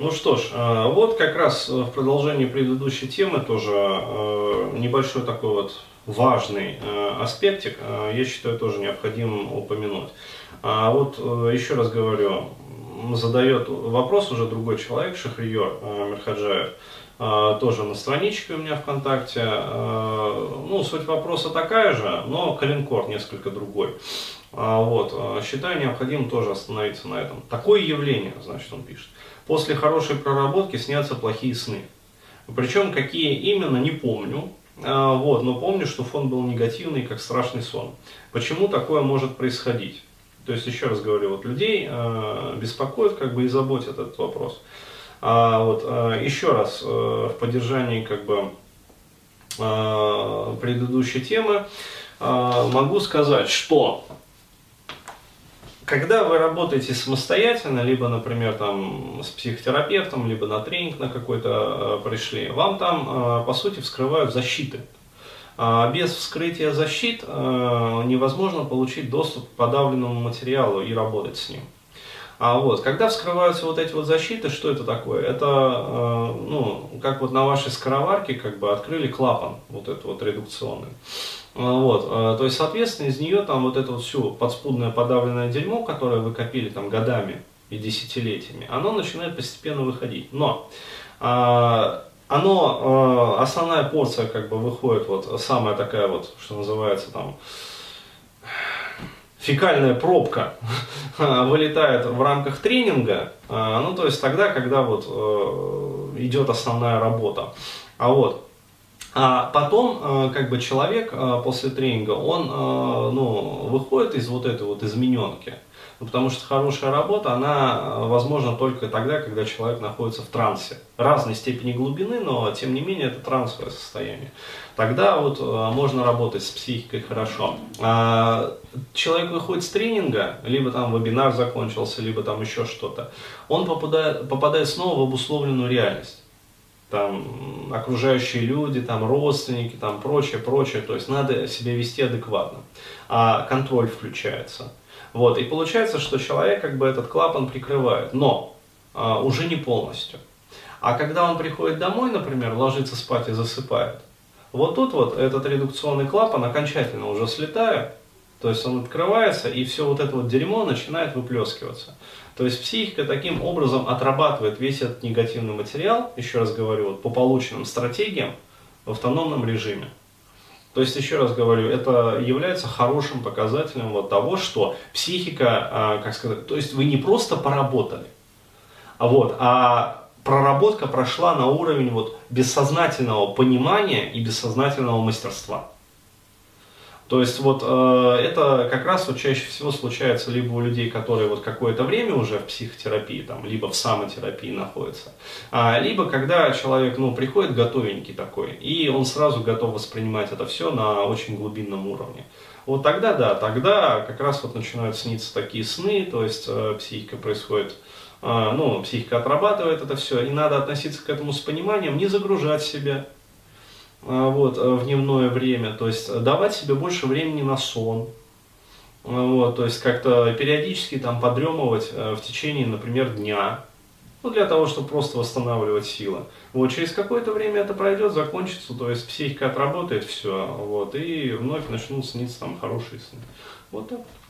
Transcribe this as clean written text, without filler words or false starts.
Ну что ж, вот как раз в продолжении предыдущей темы тоже небольшой такой вот важный аспектик, я считаю, тоже необходимо упомянуть. Вот еще раз говорю, задает вопрос уже другой человек, Шахриер Мирхаджаев, тоже на страничке у меня ВКонтакте. Ну, суть вопроса такая же, но коленкор несколько другой. Вот, считаю необходимым тоже остановиться на этом. Такое явление, значит, он пишет. После хорошей проработки снятся плохие сны. Причем какие именно, не помню. Вот, но помню, что фон был негативный, как страшный сон. Почему такое может происходить? То есть, еще раз говорю, вот людей беспокоит как бы и заботит этот вопрос. Вот, еще раз в поддержании как бы предыдущей темы могу сказать, что когда вы работаете самостоятельно, либо, например, там, с психотерапевтом, либо на тренинг на какой-то пришли, вам там, по сути, вскрывают защиты. Без вскрытия защит невозможно получить доступ к подавленному материалу и работать с ним. Вот, когда вскрываются вот эти вот защиты, что это такое? Это, ну, как вот на вашей скороварке, как бы открыли клапан, вот этот вот редукционный. Вот, то есть, соответственно, из нее там вот это вот все подспудное подавленное дерьмо, которое вы копили там годами и десятилетиями, оно начинает постепенно выходить. Но основная порция как бы выходит, вот самая такая вот, что называется там, фекальная пробка вылетает в рамках тренинга, ну то есть тогда, когда вот идет основная работа. А потом, как бы человек после тренинга, он ну, выходит из вот этой вот измененки. Потому что хорошая работа, она возможна только тогда, когда человек находится в трансе. Разной степени глубины, но тем не менее это трансовое состояние. Тогда вот можно работать с психикой хорошо. Человек выходит с тренинга, либо там вебинар закончился, либо там еще что-то. Он попадает снова в обусловленную реальность. Там окружающие люди, там родственники, там прочее, то есть надо себя вести адекватно, а контроль включается. Вот, и получается, что человек как бы этот клапан прикрывает, но уже не полностью. А когда он приходит домой, например, ложится спать и засыпает, вот тут вот этот редукционный клапан окончательно уже слетает, то есть он открывается, и все вот это вот дерьмо начинает выплескиваться. То есть психика таким образом отрабатывает весь этот негативный материал, еще раз говорю, вот, по полученным стратегиям в автономном режиме. То есть, еще раз говорю, это является хорошим показателем вот того, что психика, как сказать, то есть вы не просто поработали, а проработка прошла на уровень вот бессознательного понимания и бессознательного мастерства. То есть вот это как раз вот чаще всего случается либо у людей, которые вот какое-то время уже в психотерапии, там, либо в самотерапии находятся, либо когда человек ну, приходит готовенький такой, и он сразу готов воспринимать это все на очень глубинном уровне. Вот тогда, да, тогда как раз вот начинают сниться такие сны, то есть психика происходит, ну, психика отрабатывает это все, и надо относиться к этому с пониманием, не загружать себя. Вот, в дневное время, то есть давать себе больше времени на сон, вот, то есть как-то периодически там подремывать в течение, например, дня, ну, для того, чтобы просто восстанавливать силы. Вот, через какое-то время это пройдет, закончится, то есть психика отработает все, вот, и вновь начнут сниться там хорошие сны. Вот так.